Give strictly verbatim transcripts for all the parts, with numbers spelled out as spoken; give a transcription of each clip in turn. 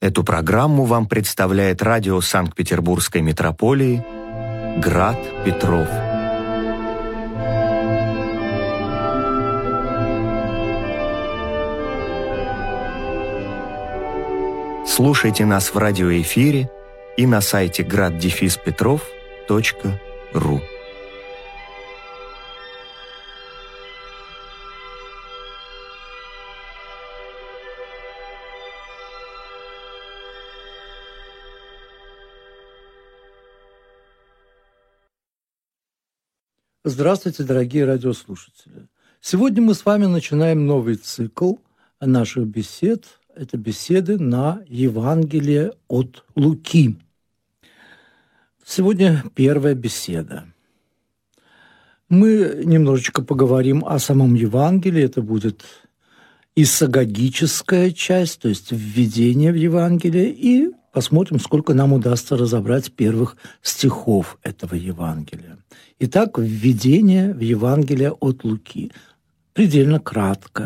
Эту программу вам представляет радио Санкт-Петербургской метрополии «Град Петров». Слушайте нас в радиоэфире и на сайте град петров точка ру. Здравствуйте, дорогие радиослушатели! Сегодня мы с вами начинаем новый цикл наших бесед. Это беседы на Евангелие от Луки. Сегодня первая беседа. Мы немножечко поговорим о самом Евангелии. Это будет исагогическая часть, то есть введение в Евангелие, и посмотрим, сколько нам удастся разобрать первых стихов этого Евангелия. Итак, введение в Евангелие от Луки. Предельно кратко.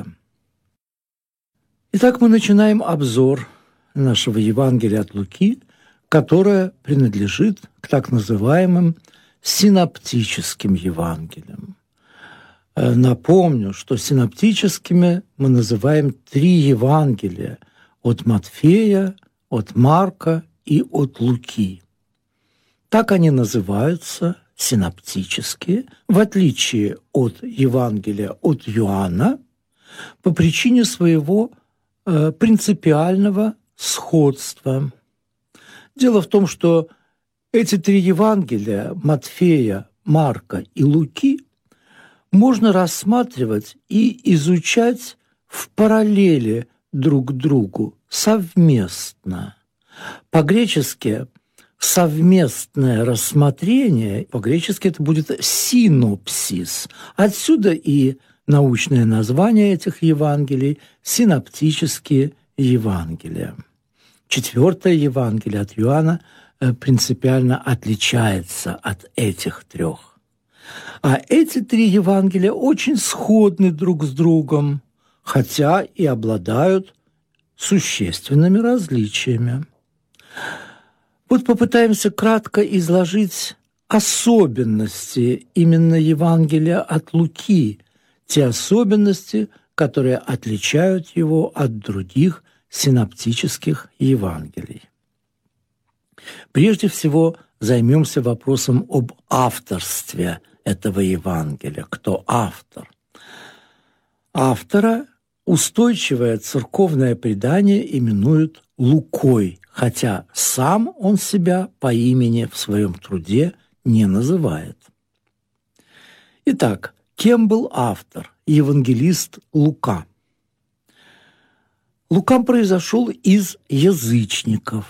Итак, мы начинаем обзор нашего Евангелия от Луки, которое принадлежит к так называемым синоптическим Евангелиям. Напомню, что синоптическими мы называем три Евангелия от Матфея, от Марка и от Луки. Так они называются, синоптические, в отличие от Евангелия от Иоанна, по причине своего э, принципиального сходства. Дело в том, что эти три Евангелия, Матфея, Марка и Луки, можно рассматривать и изучать в параллели друг к другу, совместно. По-гречески совместное рассмотрение, по-гречески это будет синопсис. Отсюда и научное название этих Евангелий – синоптические Евангелия. Четвертое Евангелие от Иоанна принципиально отличается от этих трех. А эти три Евангелия очень сходны друг с другом, хотя и обладают существенными различиями. Вот попытаемся кратко изложить особенности именно Евангелия от Луки, те особенности, которые отличают его от других синоптических Евангелий. Прежде всего займемся вопросом об авторстве этого Евангелия. Кто автор? Автора устойчивое церковное предание именуют Лукой, хотя сам он себя по имени в своем труде не называет. Итак, кем был автор, евангелист Лука? Лука произошел из язычников.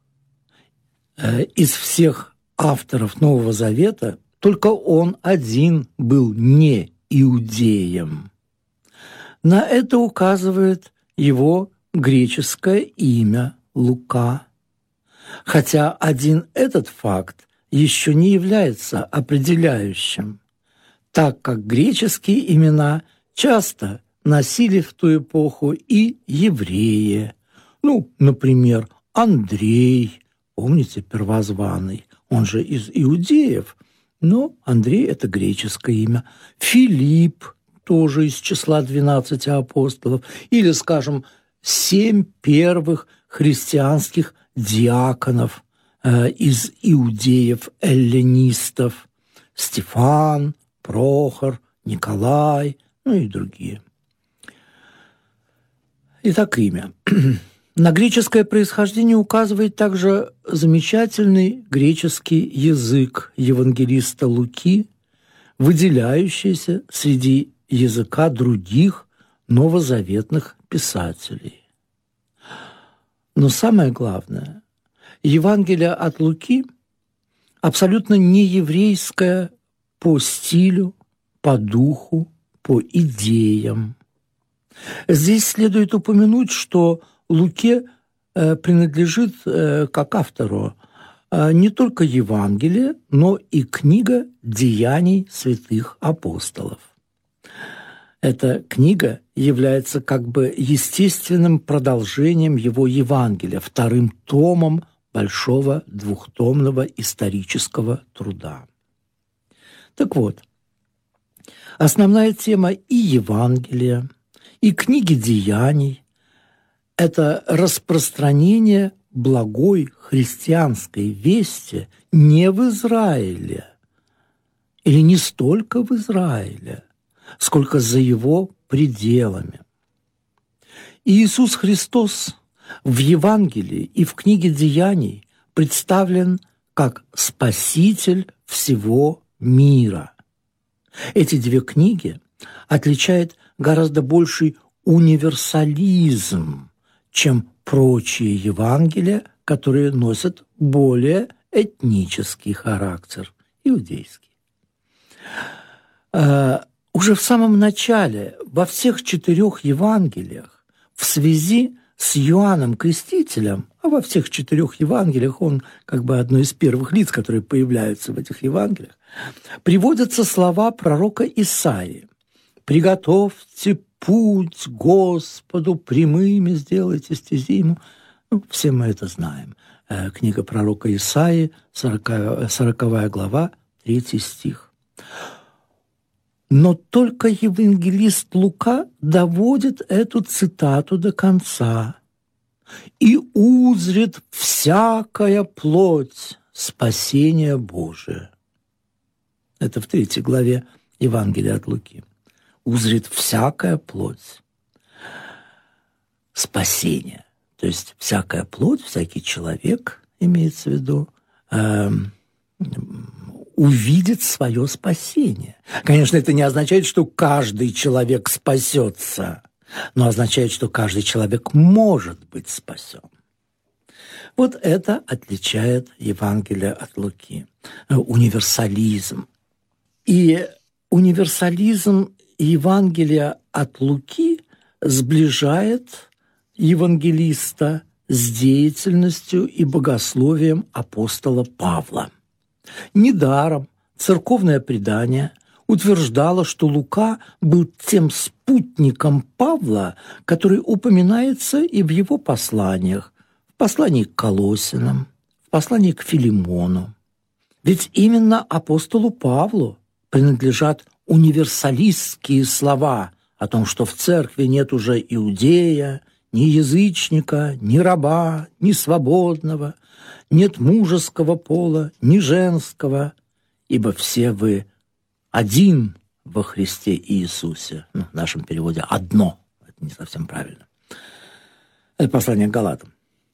Из всех авторов Нового Завета только он один был не иудеем. На это указывает его греческое имя Лука. Хотя один этот факт еще не является определяющим, так как греческие имена часто носили в ту эпоху и евреи. Ну, например, Андрей, помните, первозванный, он же из иудеев, но Андрей – это греческое имя. Филипп тоже из числа двенадцати апостолов, или, скажем, семь первых христианских диаконов э, из иудеев-эллинистов: Стефан, Прохор, Николай, ну и другие. Итак, имя. На греческое происхождение указывает также замечательный греческий язык евангелиста Луки, выделяющийся среди языка других новозаветных писателей. Но самое главное, Евангелие от Луки абсолютно не еврейское по стилю, по духу, по идеям. Здесь следует упомянуть, что Луке э, принадлежит э, как автору э, не только Евангелие, но и книга «Деяний святых апостолов». Эта книга является как бы естественным продолжением его Евангелия, вторым томом большого двухтомного исторического труда. Так вот, основная тема и Евангелия, и книги Деяний – это распространение благой христианской вести не в Израиле, или не столько в Израиле, сколько за его пределами. И Иисус Христос в Евангелии и в книге Деяний представлен как Спаситель всего мира. Эти две книги отличают гораздо больший универсализм, чем прочие Евангелия, которые носят более этнический характер, иудейский. Уже в самом начале, во всех четырех Евангелиях, в связи с Иоанном Крестителем, а во всех четырех Евангелиях он как бы одно из первых лиц, которые появляются в этих Евангелиях, приводятся слова пророка Исаии: «Приготовьте путь Господу, прямыми сделайте стези ему». Ну, все мы это знаем. Книга пророка Исаии, сороковая глава, третий стих. Но только евангелист Лука доводит эту цитату до конца. «И узрит всякая плоть спасение Божие». Это в третьей главе Евангелия от Луки. «Узрит всякая плоть спасение». То есть всякая плоть, всякий человек, имеется в виду, э, увидит свое спасение. Конечно, это не означает, что каждый человек спасется, но означает, что каждый человек может быть спасен. Вот это отличает Евангелие от Луки. Универсализм. И универсализм Евангелия от Луки сближает евангелиста с деятельностью и богословием апостола Павла. Недаром церковное предание утверждало, что Лука был тем спутником Павла, который упоминается и в его посланиях, в послании к Колоссянам, в послании к Филимону. Ведь именно апостолу Павлу принадлежат универсалистские слова о том, что в церкви нет уже иудея, ни язычника, ни раба, ни свободного, нет мужеского пола, ни женского, ибо все вы один во Христе Иисусе. Ну, в нашем переводе «одно». Это не совсем правильно. Это послание к Галатам.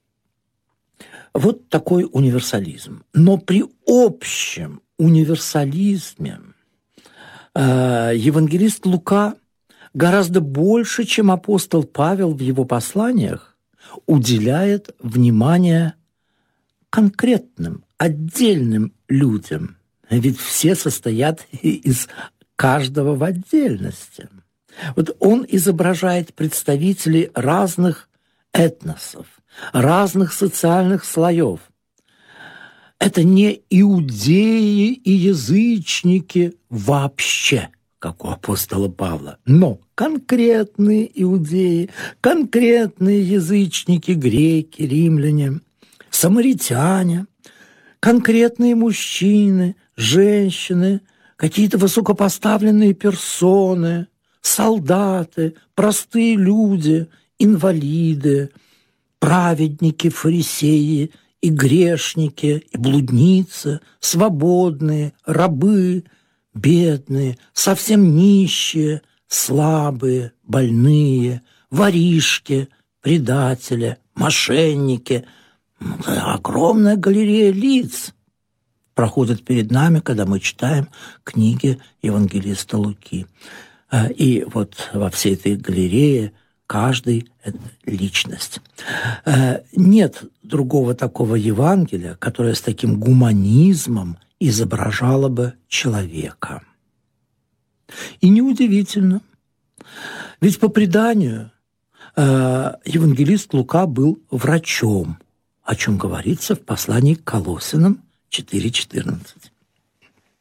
Вот такой универсализм. Но при общем универсализме э, евангелист Лука гораздо больше, чем апостол Павел в его посланиях, уделяет внимание конкретным, отдельным людям. Ведь все состоят из каждого в отдельности. Вот он изображает представителей разных этносов, разных социальных слоев. Это не иудеи и язычники вообще, как у апостола Павла, но конкретные иудеи, конкретные язычники, греки, римляне, самаритяне, конкретные мужчины, женщины, какие-то высокопоставленные персоны, солдаты, простые люди, инвалиды, праведники, фарисеи и грешники, и блудницы, свободные, рабы, бедные, совсем нищие, слабые, больные, воришки, предатели, мошенники. Огромная галерея лиц проходит перед нами, когда мы читаем книги евангелиста Луки. И вот во всей этой галерее каждый – это личность. Нет другого такого Евангелия, которое с таким гуманизмом изображало бы человека. И неудивительно, ведь по преданию евангелист Лука был врачом, о чем говорится в послании к Колоссянам четыре четырнадцать.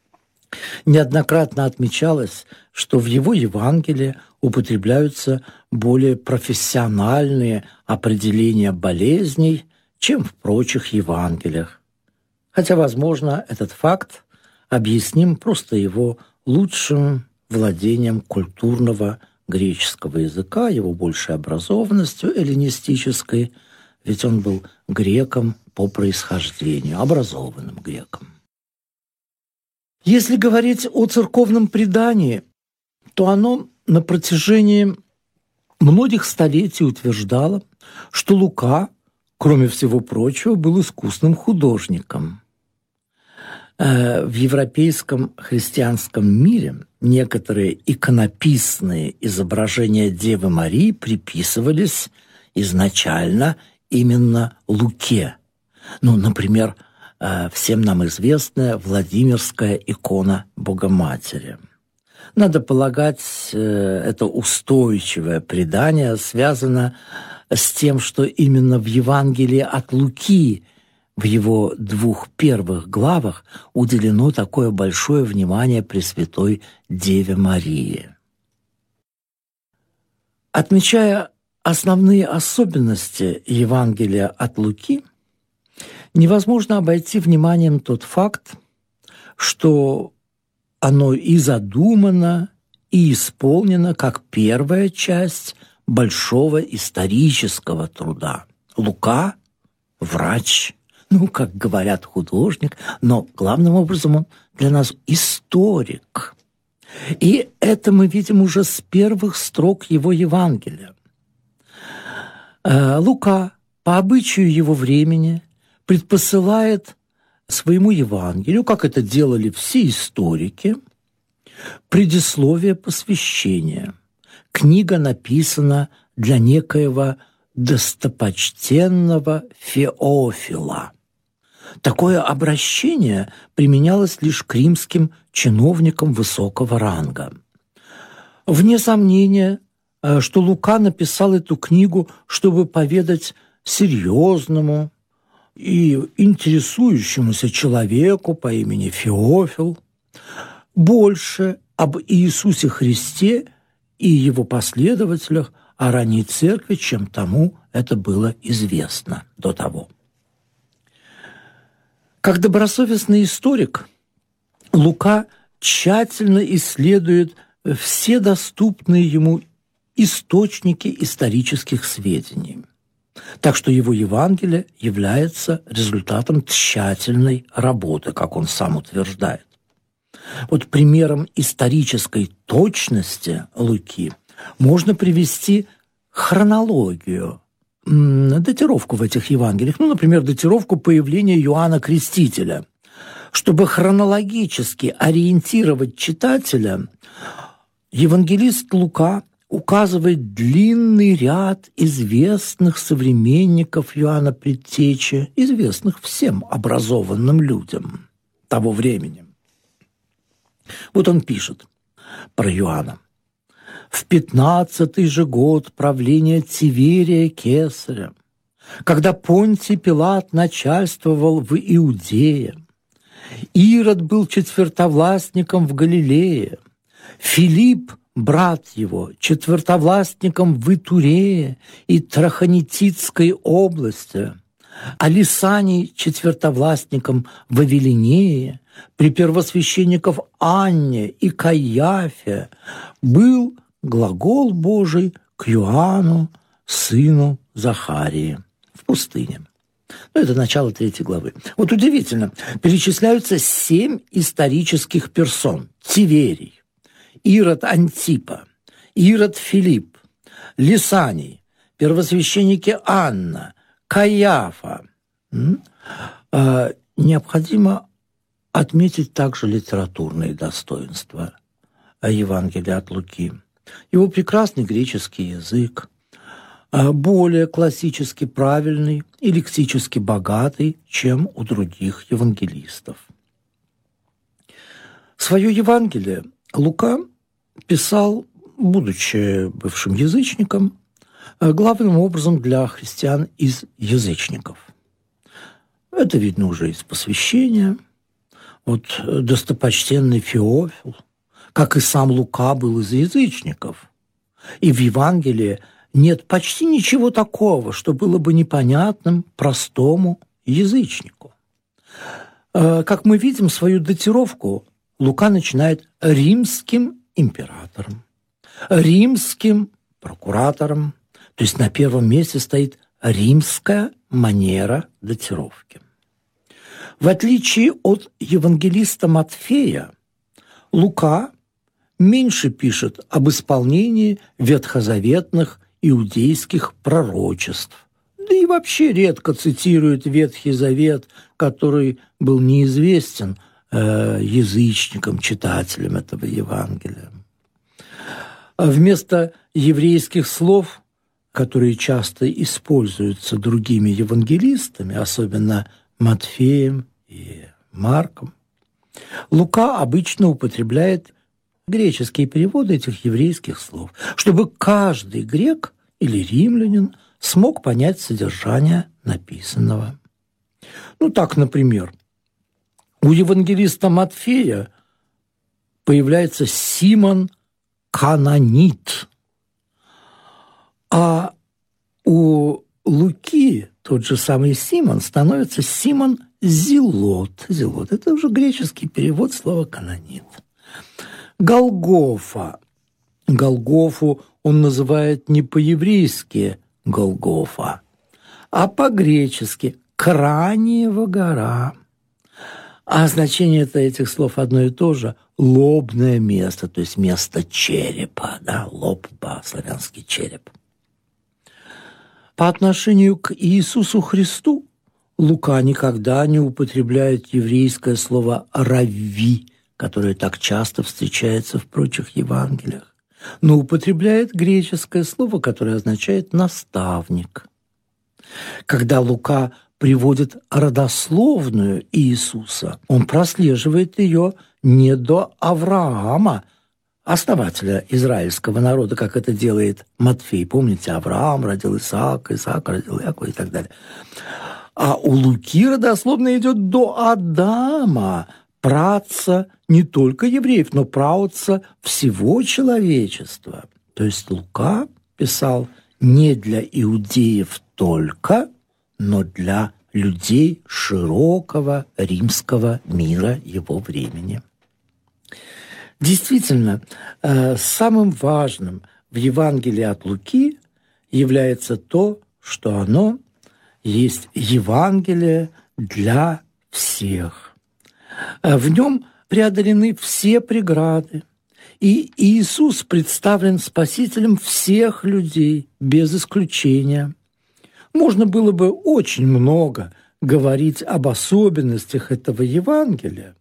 Неоднократно отмечалось, что в его Евангелии употребляются более профессиональные определения болезней, чем в прочих Евангелиях. Хотя, возможно, этот факт объясним просто его лучшим владением культурного греческого языка, его большей образованностью эллинистической, ведь он был греком по происхождению, образованным греком. Если говорить о церковном предании, то оно на протяжении многих столетий утверждало, что Лука, кроме всего прочего, был искусным художником. В европейском христианском мире некоторые иконописные изображения Девы Марии приписывались изначально именно Луке. Ну, например, всем нам известная Владимирская икона Богоматери. Надо полагать, это устойчивое предание связано с тем, что именно в Евангелии от Луки, в его двух первых главах, уделено такое большое внимание Пресвятой Деве Марии. Отмечая основные особенности Евангелия от Луки, невозможно обойти вниманием тот факт, что оно и задумано, и исполнено как первая часть большого исторического труда. Лука – врач, ну, как говорят, художник, но главным образом он для нас историк. И это мы видим уже с первых строк его Евангелия. Лука, по обычаю его времени, предпосылает своему Евангелию, как это делали все историки, предисловие посвящения. Книга написана для некоего достопочтенного Феофила. Такое обращение применялось лишь к римским чиновникам высокого ранга. Вне сомнения, что Лука написал эту книгу, чтобы поведать серьезному и интересующемуся человеку по имени Феофил больше об Иисусе Христе и его последователях, о ранней церкви, чем тому это было известно до того. Как добросовестный историк, Лука тщательно исследует все доступные ему источники исторических сведений. Так что его Евангелие является результатом тщательной работы, как он сам утверждает. Вот примером исторической точности Луки можно привести хронологию, датировку в этих Евангелиях, ну, например, датировку появления Иоанна Крестителя. Чтобы хронологически ориентировать читателя, евангелист Лука указывает длинный ряд известных современников Иоанна Предтечи, известных всем образованным людям того времени. Вот он пишет про Иоанна. В пятнадцатый же год правления Тиверия Кесаря, когда Понтий Пилат начальствовал в Иудее, Ирод был четвертовластником в Галилее, Филипп, брат его, четвертовластником в Итурее и Трахонититской области, а Лисаний четвертовластником в Авелинее, при первосвященников Анне и Каиафе был глагол Божий к Иоанну, сыну Захарии, в пустыне. Ну, это начало третьей главы. Вот удивительно, перечисляются семь исторических персон. Тиверий, Ирод Антипа, Ирод Филипп, Лисаний, первосвященники Анна, Каиафа. А, необходимо отметить также литературные достоинства Евангелия от Луки. Его прекрасный греческий язык, более классически правильный и лексически богатый, чем у других евангелистов. Свое Евангелие Лука писал, будучи бывшим язычником, главным образом для христиан из язычников. Это видно уже из посвящения. вот достопочтенный Феофил, как и сам Лука, был из язычников. И в Евангелии нет почти ничего такого, что было бы непонятным простому язычнику. Как мы видим, свою датировку Лука начинает римским императором, римским прокуратором, то есть на первом месте стоит римская манера датировки. В отличие от евангелиста Матфея, Лука меньше пишет об исполнении ветхозаветных иудейских пророчеств, да и вообще редко цитирует Ветхий Завет, который был неизвестен э, язычникам, читателям этого Евангелия. А вместо еврейских слов, которые часто используются другими евангелистами, особенно Матфеем и Марком, Лука обычно употребляет греческие переводы этих еврейских слов, чтобы каждый грек или римлянин смог понять содержание написанного. Ну так, например, у евангелиста Матфея появляется Симон Кананит, а у Луки тот же самый Симон становится Симон Зелот. Зелот – это уже греческий перевод слова «канонит». Голгофа. Голгофу он называет не по-еврейски Голгофа, а по-гречески Краниева гора. А значение этих слов одно и то же – лобное место, то есть место черепа, да, лоб по-славянски череп. По отношению к Иисусу Христу Лука никогда не употребляет еврейское слово «равви», которое так часто встречается в прочих Евангелиях, но употребляет греческое слово, которое означает «наставник». Когда Лука приводит родословную Иисуса, он прослеживает ее не до Авраама, основателя израильского народа, как это делает Матфей. Помните, Авраам родил Исаака, Исаак родил Якова и так далее. А у Луки родословная идет до Адама, праотца не только евреев, но праотца всего человечества. То есть Лука писал не для иудеев только, но для людей широкого римского мира его времени. Действительно, самым важным в Евангелии от Луки является то, что оно есть Евангелие для всех. В нем преодолены все преграды, и Иисус представлен Спасителем всех людей, без исключения. Можно было бы очень много говорить об особенностях этого Евангелия,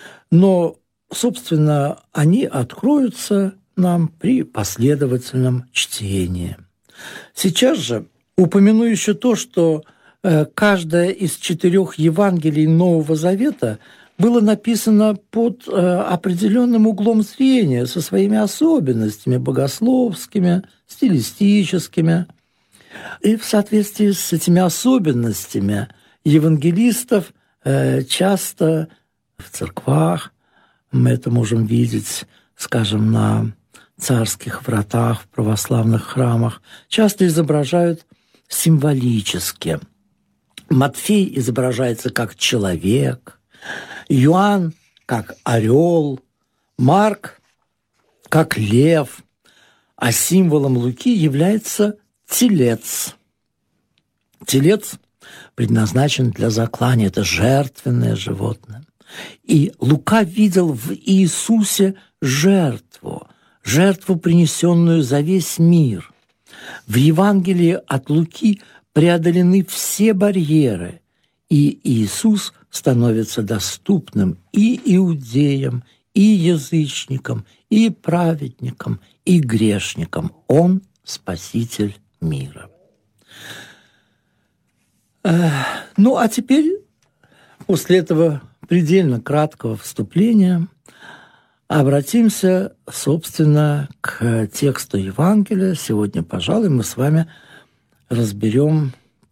но собственно, они откроются нам при последовательном чтении. Сейчас же упомяну еще то, что каждое из четырех Евангелий Нового Завета было написано под определенным углом зрения, со своими особенностями богословскими, стилистическими. И в соответствии с этими особенностями евангелистов часто в церквах, мы это можем видеть, скажем, на царских вратах, в православных храмах, часто изображают символически. Матфей изображается как человек, Иоанн как орел, Марк как лев, а символом Луки является телец. Телец предназначен для заклания, это жертвенное животное. И Лука видел в Иисусе жертву, жертву, принесенную за весь мир. В Евангелии от Луки преодолены все барьеры, и Иисус становится доступным и иудеям, и язычникам, и праведникам, и грешникам. Он – Спаситель мира. Ну, а теперь, после этого предельно краткого вступления, обратимся, собственно, к тексту Евангелия. Сегодня, пожалуй, мы с вами разберем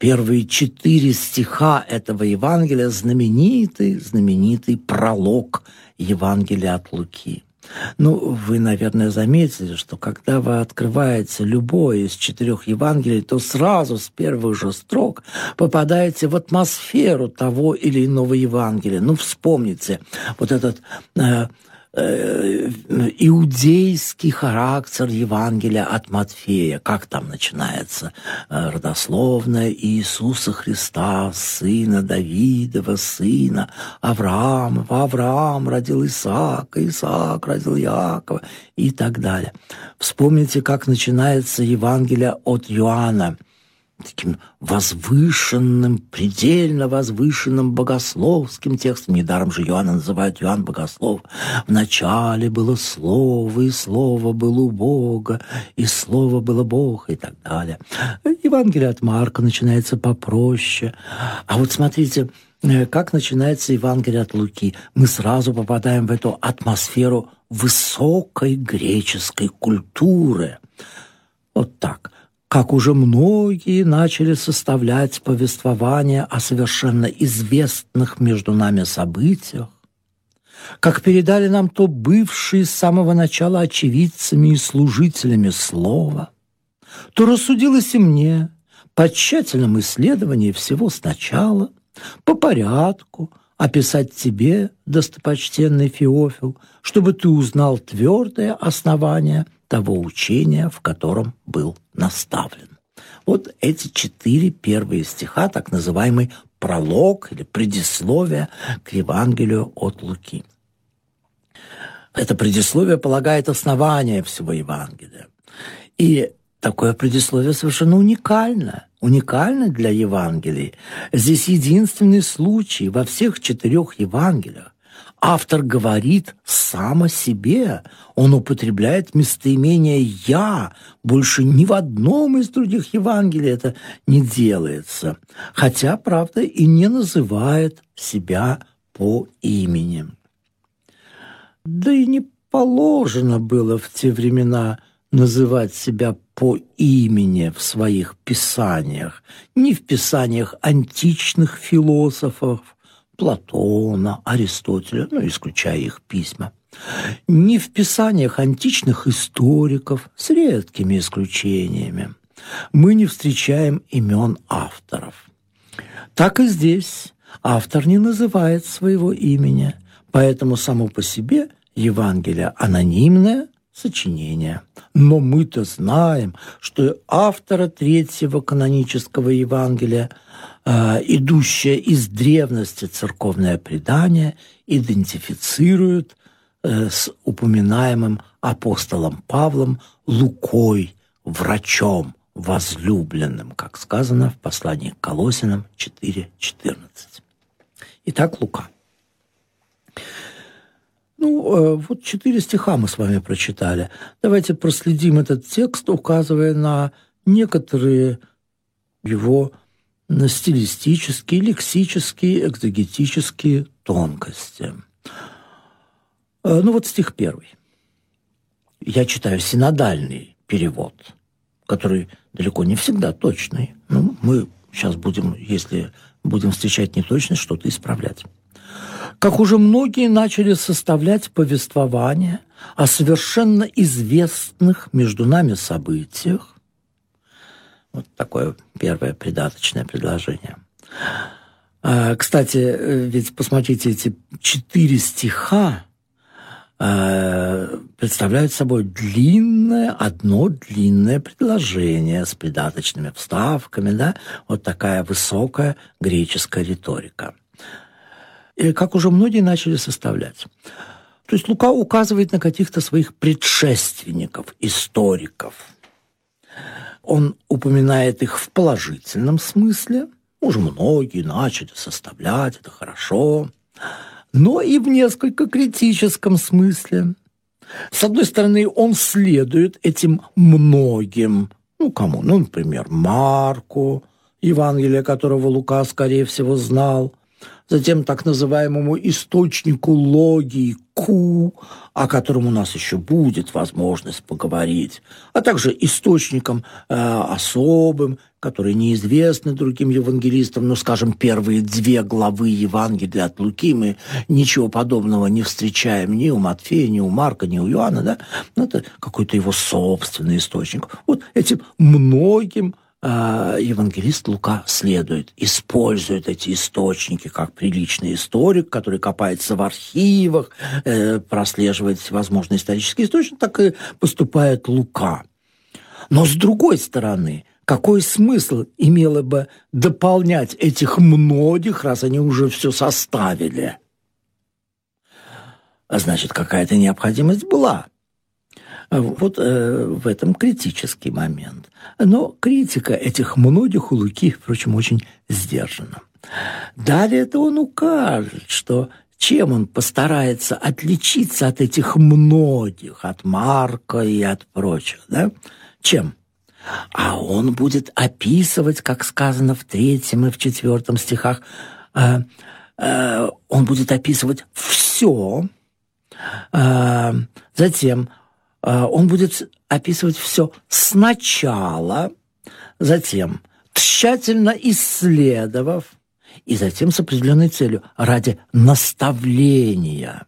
Первые четыре стиха этого Евангелия – знаменитый, знаменитый пролог Евангелия от Луки. Ну, вы, наверное, заметили, что когда вы открываете любое из четырех Евангелий, то сразу с первых же строк попадаете в атмосферу того или иного Евангелия. Ну, вспомните вот этот э, э, иудейский характер Евангелия от Матфея. Как там начинается э, родословная Иисуса Христа, сына Давидова, сына Авраамова. Авраам родил Исаака, Исаак родил Иакова и так далее. Вспомните, как начинается Евангелие от Иоанна. Таким возвышенным, предельно возвышенным богословским текстом. Недаром же Иоанна называют Иоанн Богослов. В начале было Слово, и Слово было у Бога, и Слово было Бог, и так далее. Евангелие от Марка начинается попроще. А вот смотрите, как начинается Евангелие от Луки. Мы сразу попадаем в эту атмосферу высокой греческой культуры. Вот так. Как уже многие начали составлять повествование о совершенно известных между нами событиях, как передали нам то бывшие с самого начала очевидцами и служителями слова, то рассудилось и мне по тщательном исследовании всего сначала, по порядку, описать тебе, достопочтенный Феофил, чтобы ты узнал твердое основание того учения, в котором был наставлен. Вот эти четыре первые стиха, так называемый пролог или предисловие к Евангелию от Луки. Это предисловие полагает основание всего Евангелия. И такое предисловие совершенно уникально. Уникально для Евангелий. Здесь единственный случай во всех четырех Евангелиях. Автор говорит сам о себе. Он употребляет местоимение «я». Больше ни в одном из других Евангелий это не делается. Хотя, правда, и не называет себя по имени. Да и не положено было в те времена называть себя по имени в своих писаниях. Ни в писаниях античных философов, Платона, Аристотеля, ну, исключая их письма, ни в писаниях античных историков, с редкими исключениями, мы не встречаем имен авторов. Так и здесь автор не называет своего имени, поэтому само по себе Евангелие анонимное сочинение. Но мы-то знаем, что автора третьего канонического Евангелия, э, идущее из древности церковное предание, идентифицирует э, с упоминаемым апостолом Павлом Лукой, врачом возлюбленным, как сказано в послании к Колоссянам четыре четырнадцать. Итак, Лука. Ну, вот четыре стиха мы с вами прочитали. Давайте проследим этот текст, указывая на некоторые его стилистические, лексические, экзегетические тонкости. Ну, вот стих первый. Я читаю синодальный перевод, который далеко не всегда точный. Ну, мы сейчас будем, если будем встречать неточность, что-то исправлять. Как уже многие начали составлять повествование о совершенно известных между нами событиях. Вот такое первое придаточное предложение. Кстати, ведь посмотрите, эти четыре стиха представляют собой длинное, одно длинное предложение с придаточными вставками, да? Вот такая высокая греческая риторика. И как уже многие начали составлять. То есть Лука указывает на каких-то своих предшественников, историков. Он упоминает их в положительном смысле. Уже многие начали составлять, это хорошо. Но и в несколько критическом смысле. С одной стороны, он следует этим многим. Ну, кому? Ну, например, Марку, Евангелие которого Лука, скорее всего, знал. затем так называемому источнику логии Q, о котором у нас еще будет возможность поговорить, а также источникам э, особым, которые неизвестны другим евангелистам. Ну, скажем, первые две главы Евангелия от Луки мы ничего подобного не встречаем ни у Матфея, ни у Марка, ни у Иоанна, да? Это какой-то его собственный источник. Вот этим многим евангелист Лука следует, использует эти источники как приличный историк, который копается в архивах, э, прослеживает всевозможные исторические источники, так и поступает Лука. Но с другой стороны, какой смысл имело бы дополнять этих многих, раз они уже все составили? Значит, какая-то необходимость была. Вот э, в этом критический момент. Но критика этих многих у Луки, впрочем, очень сдержана. Далее-то он укажет, что чем он постарается отличиться от этих многих, от Марка и от прочих, да? Чем? А он будет описывать, как сказано в третьем и в четвертом стихах, э, э, он будет описывать все, э, затем он будет описывать все сначала, затем тщательно исследовав, и затем с определенной целью, ради наставления.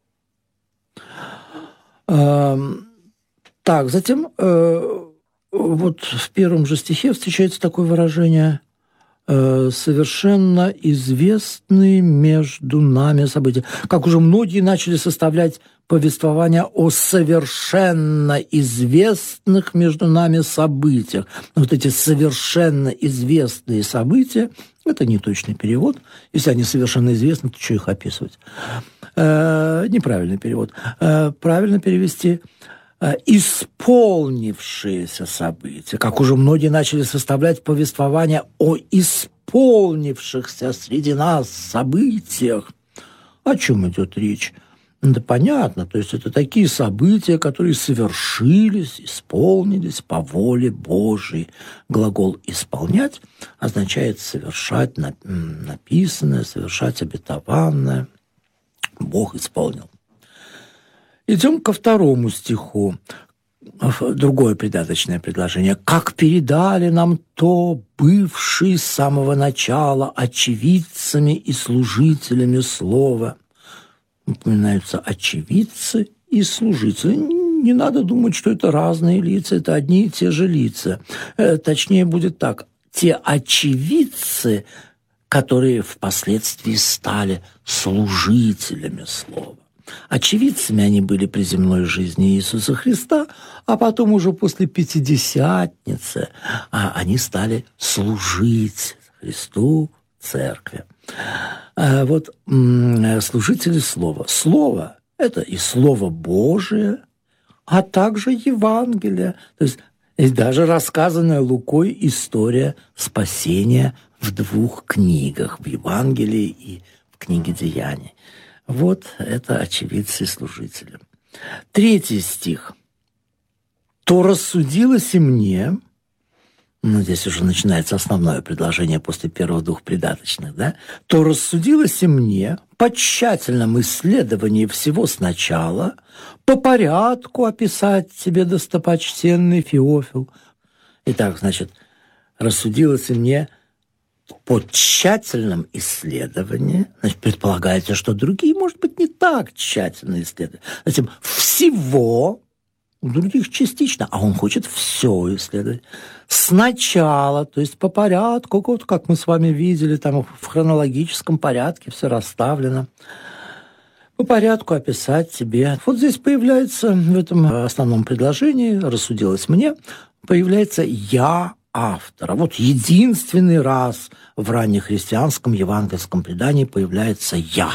Так, затем вот в первом же стихе встречается такое выражение «совершенно известные между нами события». Как уже многие начали составлять повествование о совершенно известных между нами событиях. Вот эти совершенно известные события – это неточный перевод. Если они совершенно известны, то что их описывать? Э, неправильный перевод. Э, правильно перевести э, «исполнившиеся события». Как уже многие начали составлять повествование о исполнившихся среди нас событиях. О чем идет речь? Да понятно, то есть это такие события, которые совершились, исполнились по воле Божией. Глагол «исполнять» означает совершать написанное, совершать обетованное. Бог исполнил. Идем ко второму стиху. Другое придаточное предложение. «Как передали нам то, бывшие с самого начала очевидцами и служителями слова». Упоминаются очевидцы и служители. Не надо думать, что это разные лица, это одни и те же лица. Точнее будет так. Те очевидцы, которые впоследствии стали служителями слова. Очевидцами они были при земной жизни Иисуса Христа, а потом уже после Пятидесятницы они стали служить Христу, Церкви. А вот служители слова. Слово – это и Слово Божие, а также Евангелие. То есть и даже рассказанная Лукой история спасения в двух книгах, в Евангелии и в книге Деяний. Вот это очевидцы и служители. Третий стих. «То рассудилось и мне». Ну, здесь уже начинается основное предложение после первых двух придаточных, да? «То рассудилось и мне по тщательном исследовании всего сначала, по порядку описать тебе, достопочтенный Феофил». Итак, значит, рассудилось и мне по тщательном исследовании, значит, предполагается, что другие, может быть, не так тщательно исследуют. Затем всего, у других частично, а он хочет все исследовать. Сначала, то есть по порядку, вот как мы с вами видели, там в хронологическом порядке все расставлено. По порядку описать тебе. Вот здесь появляется в этом основном предложении, рассудилось мне, появляется «я» автора. Вот единственный раз в раннехристианском евангельском предании появляется «я».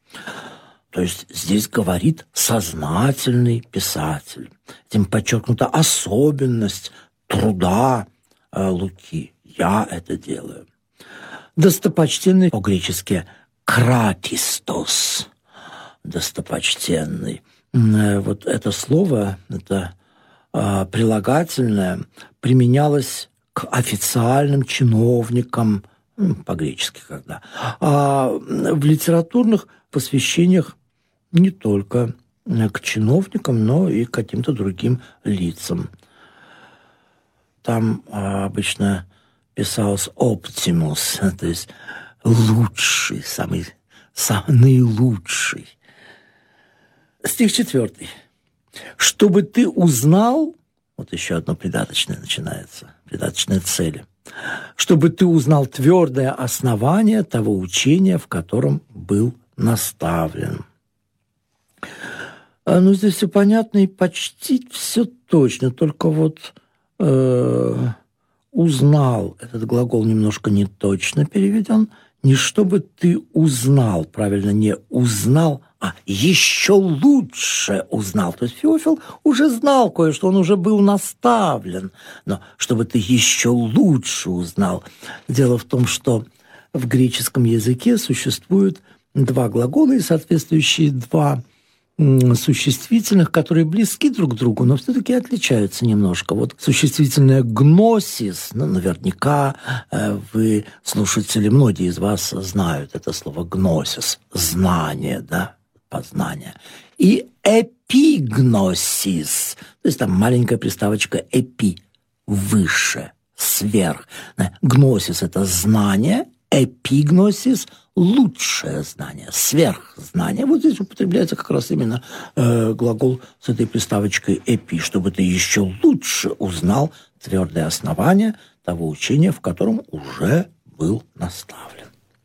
То есть здесь говорит сознательный писатель. Этим подчеркнута особенность труда э, Луки. Я это делаю. Достопочтенный, по-гречески «кратистос», достопочтенный. Э, вот это слово, это э, прилагательное, применялось к официальным чиновникам по-гречески когда. А в литературных посвящениях не только к чиновникам, но и к каким-то другим лицам. Там обычно писалось «оптимус», то есть лучший, самый, самый наилучший. Стих четвертый. «Чтобы ты узнал», вот еще одно придаточное начинается, придаточная цель, «чтобы ты узнал твердое основание того учения, в котором был наставлен». Ну, здесь все понятно и почти все точно, только вот э, «узнал», этот глагол немножко неточно переведен, не «чтобы ты узнал», правильно, не «узнал», а «еще лучше узнал». То есть Феофил уже знал кое-что, он уже был наставлен, но чтобы ты еще лучше узнал. Дело в том, что в греческом языке существуют два глагола и соответствующие два существительных, которые близки друг к другу, но все-таки отличаются немножко. Вот существительное «гносис», ну, наверняка э, вы, слушатели, многие из вас знают это слово «гносис», знание, да, познание. И «эпигносис», то есть там маленькая приставочка «эпи», выше, сверх. Гносис – это знание, эпигносис – лучшее знание, сверхзнание. Вот здесь употребляется как раз именно э, глагол с этой приставочкой «эпи», чтобы ты еще лучше узнал твердое основание того учения, в котором уже был наставлен.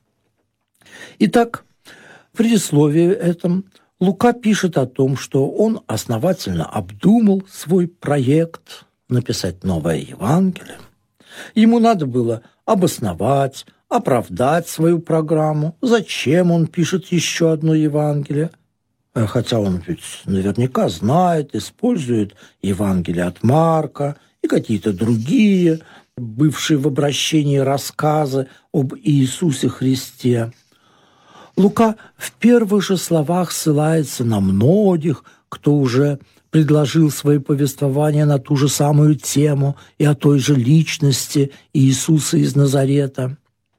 Итак, в предисловии этом Лука пишет о том, что он основательно обдумал свой проект написать новое Евангелие. Ему надо было обосновать, оправдать свою программу, зачем он пишет еще одно Евангелие, хотя он ведь наверняка знает, использует Евангелие от Марка и какие-то другие, бывшие в обращении рассказы об Иисусе Христе. Лука в первых же словах ссылается на многих, кто уже предложил свои повествования на ту же самую тему и о той же личности Иисуса из Назарета.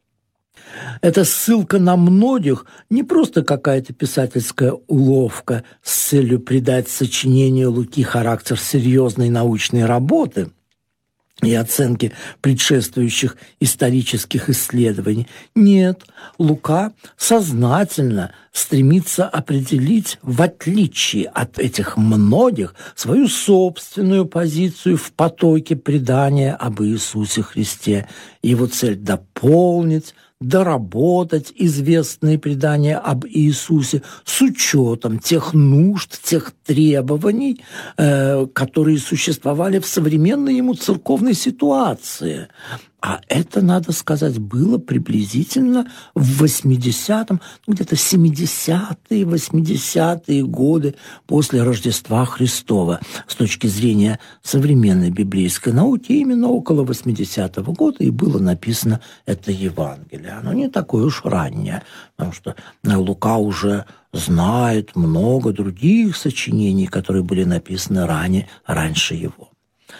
Эта ссылка на многих не просто какая-то писательская уловка с целью придать сочинению Луки характер серьезной научной работы и оценки предшествующих исторических исследований. Нет, Лука сознательно стремится определить, в отличие от этих многих, свою собственную позицию в потоке предания об Иисусе Христе. Его цель – дополнить, доработать известные предания об Иисусе с учетом тех нужд, тех требований, э, которые существовали в современной ему церковной ситуации. А это, надо сказать, было приблизительно в восьмидесятом, где-то семидесятые, восьмидесятые годы после Рождества Христова. С точки зрения современной библейской науки, именно около восьмидесятого года и было написано это Евангелие. Оно не такое уж раннее, потому что Лука уже знает много других сочинений, которые были написаны ранее, раньше его.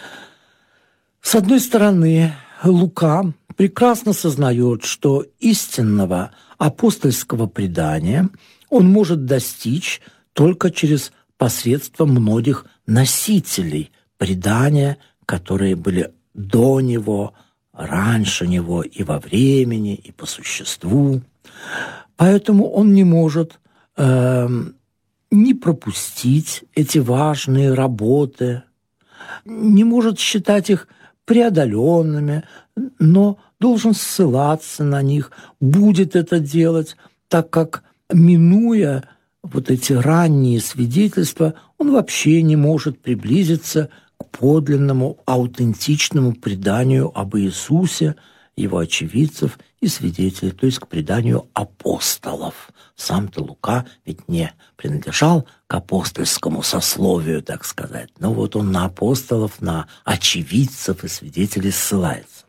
С одной стороны, Лука прекрасно сознает, что истинного апостольского предания он может достичь только через посредством многих носителей предания, которые были до него, раньше него и во времени, и по существу. Поэтому он не может э, не пропустить эти важные работы, не может считать их преодоленными, но должен ссылаться на них, будет это делать, так как, минуя вот эти ранние свидетельства, он вообще не может приблизиться к подлинному, аутентичному преданию об Иисусе, его очевидцев и свидетелей, то есть к преданию апостолов. Сам-то Лука ведь не принадлежал к апостольскому сословию, так сказать. Но вот он на апостолов, на очевидцев и свидетелей ссылается.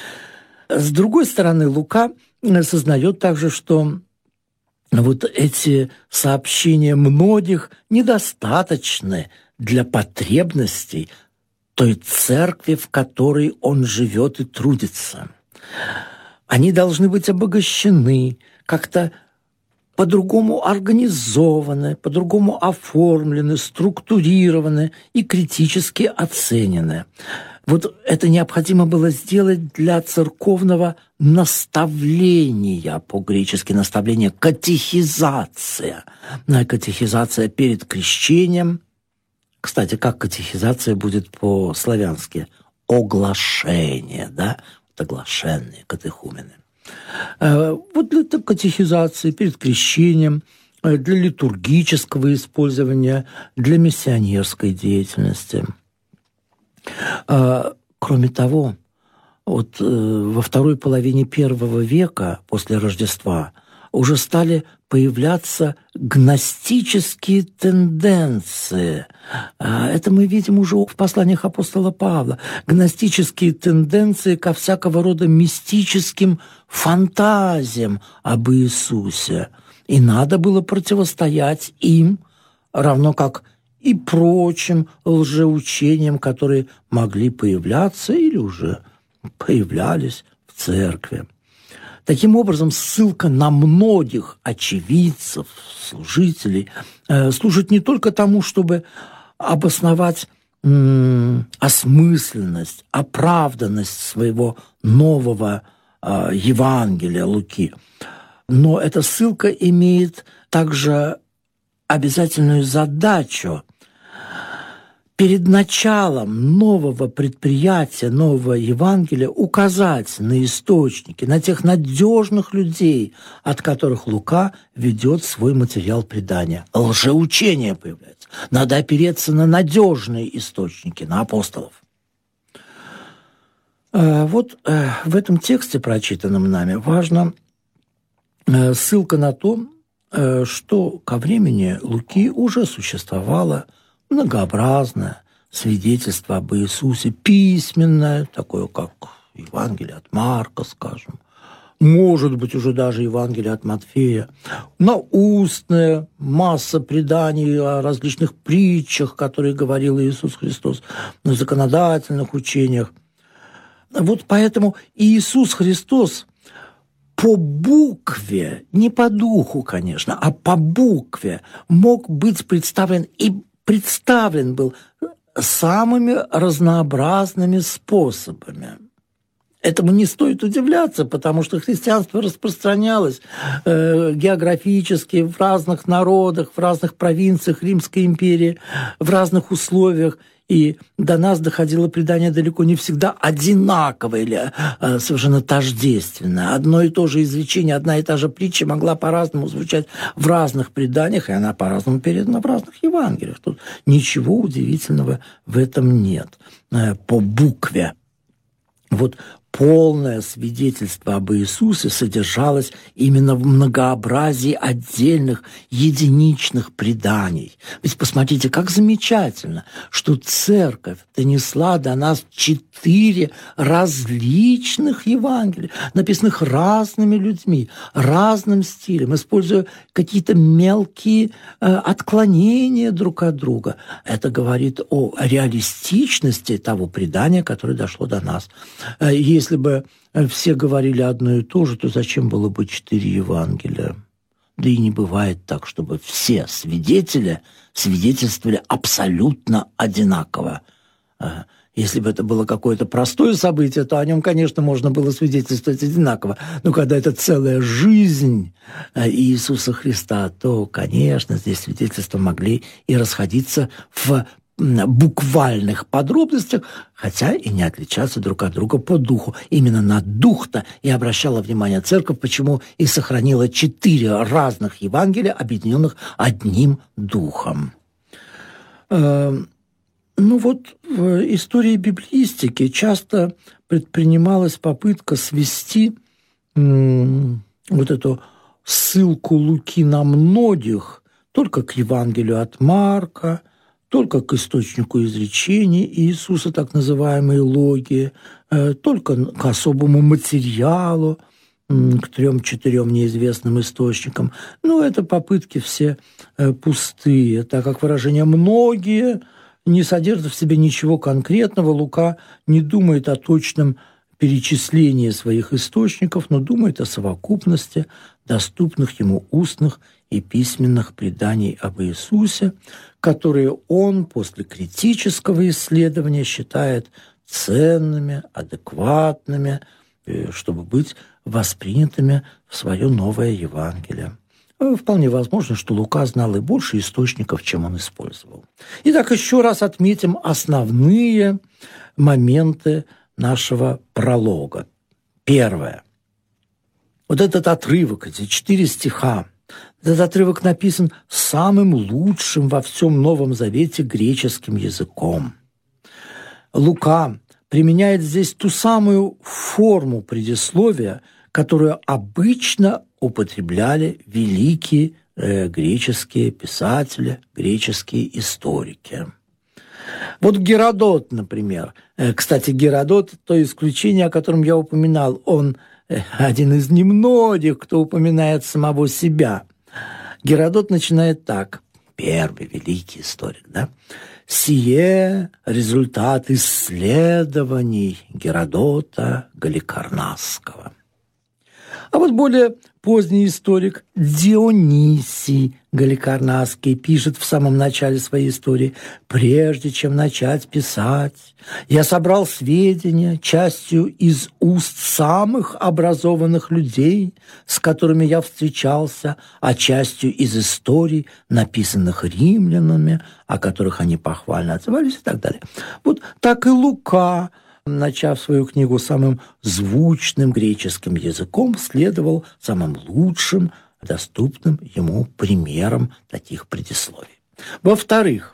С другой стороны, Лука сознает также, что вот эти сообщения многих недостаточны для потребностей той церкви, в которой он живет и трудится. Они должны быть обогащены, как-то по-другому организованы, по-другому оформлены, структурированы и критически оценены. Вот это необходимо было сделать для церковного наставления, по-гречески наставление, катехизация. Катехизация перед крещением. Кстати, как катехизация будет по-славянски? Оглашение, да? Вот оглашенные катехумены. Вот для катехизации перед крещением, для литургического использования, для миссионерской деятельности. Кроме того, вот во второй половине первого века после Рождества уже стали появляться гностические тенденции. Это мы видим уже в посланиях апостола Павла. Гностические тенденции ко всякого рода мистическим фантазиям об Иисусе. И надо было противостоять им, равно как и прочим лжеучениям, которые могли появляться или уже появлялись в церкви. Таким образом, ссылка на многих очевидцев, служителей э, служит не только тому, чтобы обосновать м- осмысленность, оправданность своего нового э, Евангелия Луки, но эта ссылка имеет также обязательную задачу перед началом нового предприятия, нового Евангелия указать на источники, на тех надежных людей, от которых Лука ведет свой материал предания. Лжеучение появляется. Надо опереться на надежные источники, на апостолов. Вот в этом тексте, прочитанном нами, важна ссылка на то, что ко времени Луки уже существовало многообразное свидетельство об Иисусе, письменное, такое как Евангелие от Марка, скажем, может быть, уже даже Евангелие от Матфея, наустная масса преданий о различных притчах, которые говорил Иисус Христос, на законодательных учениях. Вот поэтому Иисус Христос по букве, не по духу, конечно, а по букве мог быть представлен и представлен был самыми разнообразными способами. Этому не стоит удивляться, потому что христианство распространялось э, географически в разных народах, в разных провинциях Римской империи, в разных условиях. И до нас доходило предание далеко не всегда одинаковое или э, совершенно тождественное. Одно и то же изречение, одна и та же притча могла по-разному звучать в разных преданиях, и она по-разному передана в разных Евангелиях. Тут ничего удивительного в этом нет. Э, по букве. Вот полное свидетельство об Иисусе содержалось именно в многообразии отдельных единичных преданий. Ведь посмотрите, как замечательно, что церковь донесла до нас четыре различных Евангелия, написанных разными людьми, разным стилем, используя какие-то мелкие э, отклонения друг от друга. Это говорит о реалистичности того предания, которое дошло до нас. Если бы все говорили одно и то же, то зачем было бы четыре Евангелия? Да и не бывает так, чтобы все свидетели свидетельствовали абсолютно одинаково. Если бы это было какое-то простое событие, то о нем, конечно, можно было свидетельствовать одинаково. Но когда это целая жизнь Иисуса Христа, то, конечно, здесь свидетельства могли и расходиться в буквальных подробностях, хотя и не отличаться друг от друга по духу. Именно на дух-то и обращала внимание церковь, почему и сохранила четыре разных Евангелия, объединенных одним духом. Ну вот в истории библеистики часто предпринималась попытка свести вот эту ссылку Луки на многих только к Евангелию от Марка, только к источнику изречений Иисуса, так называемой логии, только к особому материалу, к трем-четырем неизвестным источникам. Но это попытки все пустые, так как выражение «многие» не содержит в себе ничего конкретного. Лука не думает о точном перечисление своих источников, но думает о совокупности доступных ему устных и письменных преданий об Иисусе, которые он после критического исследования считает ценными, адекватными, чтобы быть воспринятыми в свое новое Евангелие. Вполне возможно, что Лука знал и больше источников, чем он использовал. Итак, еще раз отметим основные моменты нашего пролога. Первое. Вот этот отрывок, эти четыре стиха, этот отрывок написан самым лучшим во всем Новом Завете греческим языком. Лука применяет здесь ту самую форму предисловия, которую обычно употребляли великие э, греческие писатели, греческие историки. Вот Геродот, например. Э, кстати, Геродот – то исключение, о котором я упоминал. Он э, один из немногих, кто упоминает самого себя. Геродот начинает так. Первый великий историк, да? «Сие результат исследований Геродота Галикарнасского». А вот более поздний историк Дионисий Галикарнасский пишет в самом начале своей истории: «Прежде чем начать писать, я собрал сведения частью из уст самых образованных людей, с которыми я встречался, а частью из историй, написанных римлянами, о которых они похвально отзывались» и так далее. Вот так и Лука, начав свою книгу самым звучным греческим языком, следовал самым лучшим, доступным ему примерам таких предисловий. Во-вторых,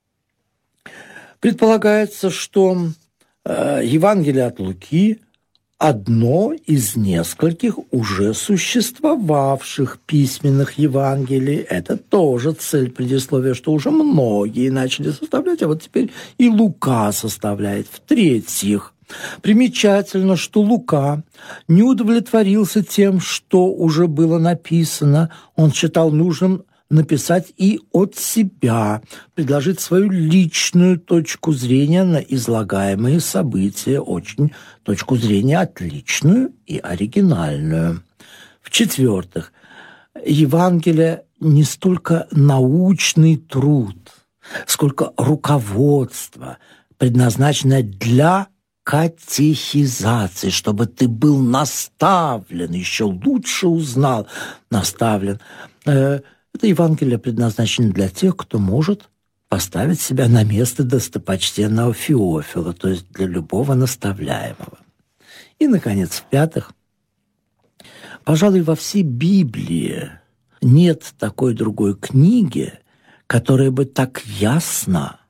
предполагается, что э, Евангелие от Луки одно из нескольких уже существовавших письменных Евангелий. Это тоже цель предисловия, что уже многие начали составлять, а вот теперь и Лука составляет. В-третьих, примечательно, что Лука не удовлетворился тем, что уже было написано. Он считал нужным написать и от себя, предложить свою личную точку зрения на излагаемые события, очень точку зрения отличную и оригинальную. В-четвертых, Евангелие не столько научный труд, сколько руководство, предназначенное для катехизации, чтобы ты был наставлен, еще лучше узнал, наставлен. Это Евангелие предназначено для тех, кто может поставить себя на место достопочтенного Феофила, то есть для любого наставляемого. И, наконец, в-пятых, пожалуй, во всей Библии нет такой другой книги, которая бы так ясно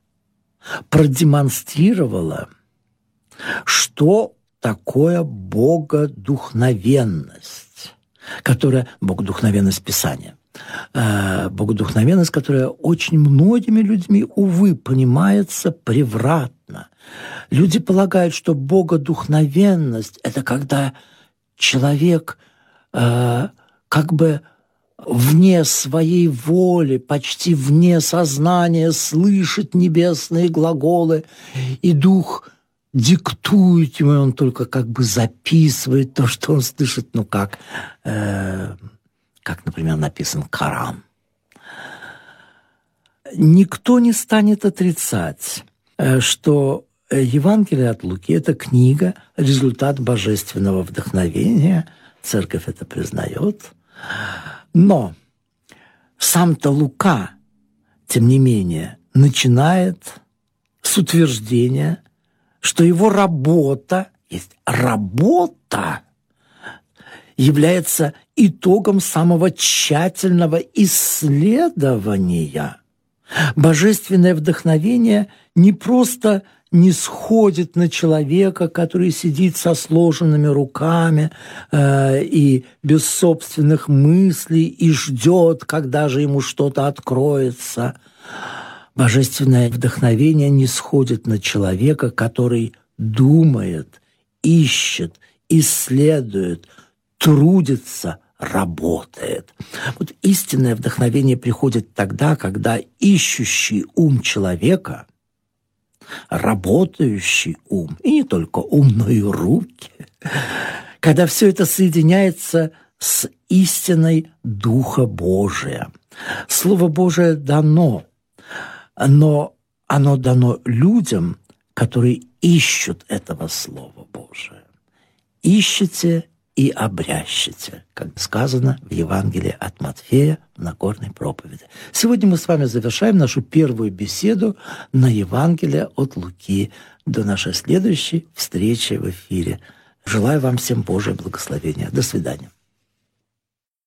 продемонстрировала, что такое богодухновенность, которая богодухновенность Писания. Богодухновенность, которая очень многими людьми, увы, понимается превратно. Люди полагают, что богодухновенность – это когда человек э, как бы вне своей воли, почти вне сознания слышит небесные глаголы, и Дух диктует ему, и он только как бы записывает то, что он слышит, ну как... Э, как, например, написан Коран. Никто не станет отрицать, что Евангелие от Луки – это книга, результат божественного вдохновения. Церковь это признает. Но сам-то Лука, тем не менее, начинает с утверждения, что его работа, есть работа, является итогом самого тщательного исследования. Божественное вдохновение не просто не сходит на человека, который сидит со сложенными руками э, и без собственных мыслей и ждет, когда же ему что-то откроется. Божественное вдохновение не сходит на человека, который думает, ищет, исследует, трудится, работает. Вот истинное вдохновение приходит тогда, когда ищущий ум человека работающий ум, и не только ум, но и руки, когда все это соединяется с истиной Духа Божия. Слово Божие дано, но оно дано людям, которые ищут этого Слова Божия. Ищите и обрящите, как сказано в Евангелии от Матфея в Нагорной проповеди. Сегодня мы с вами завершаем нашу первую беседу на Евангелие от Луки. До нашей следующей встречи в эфире. Желаю вам всем Божьего благословения. До свидания.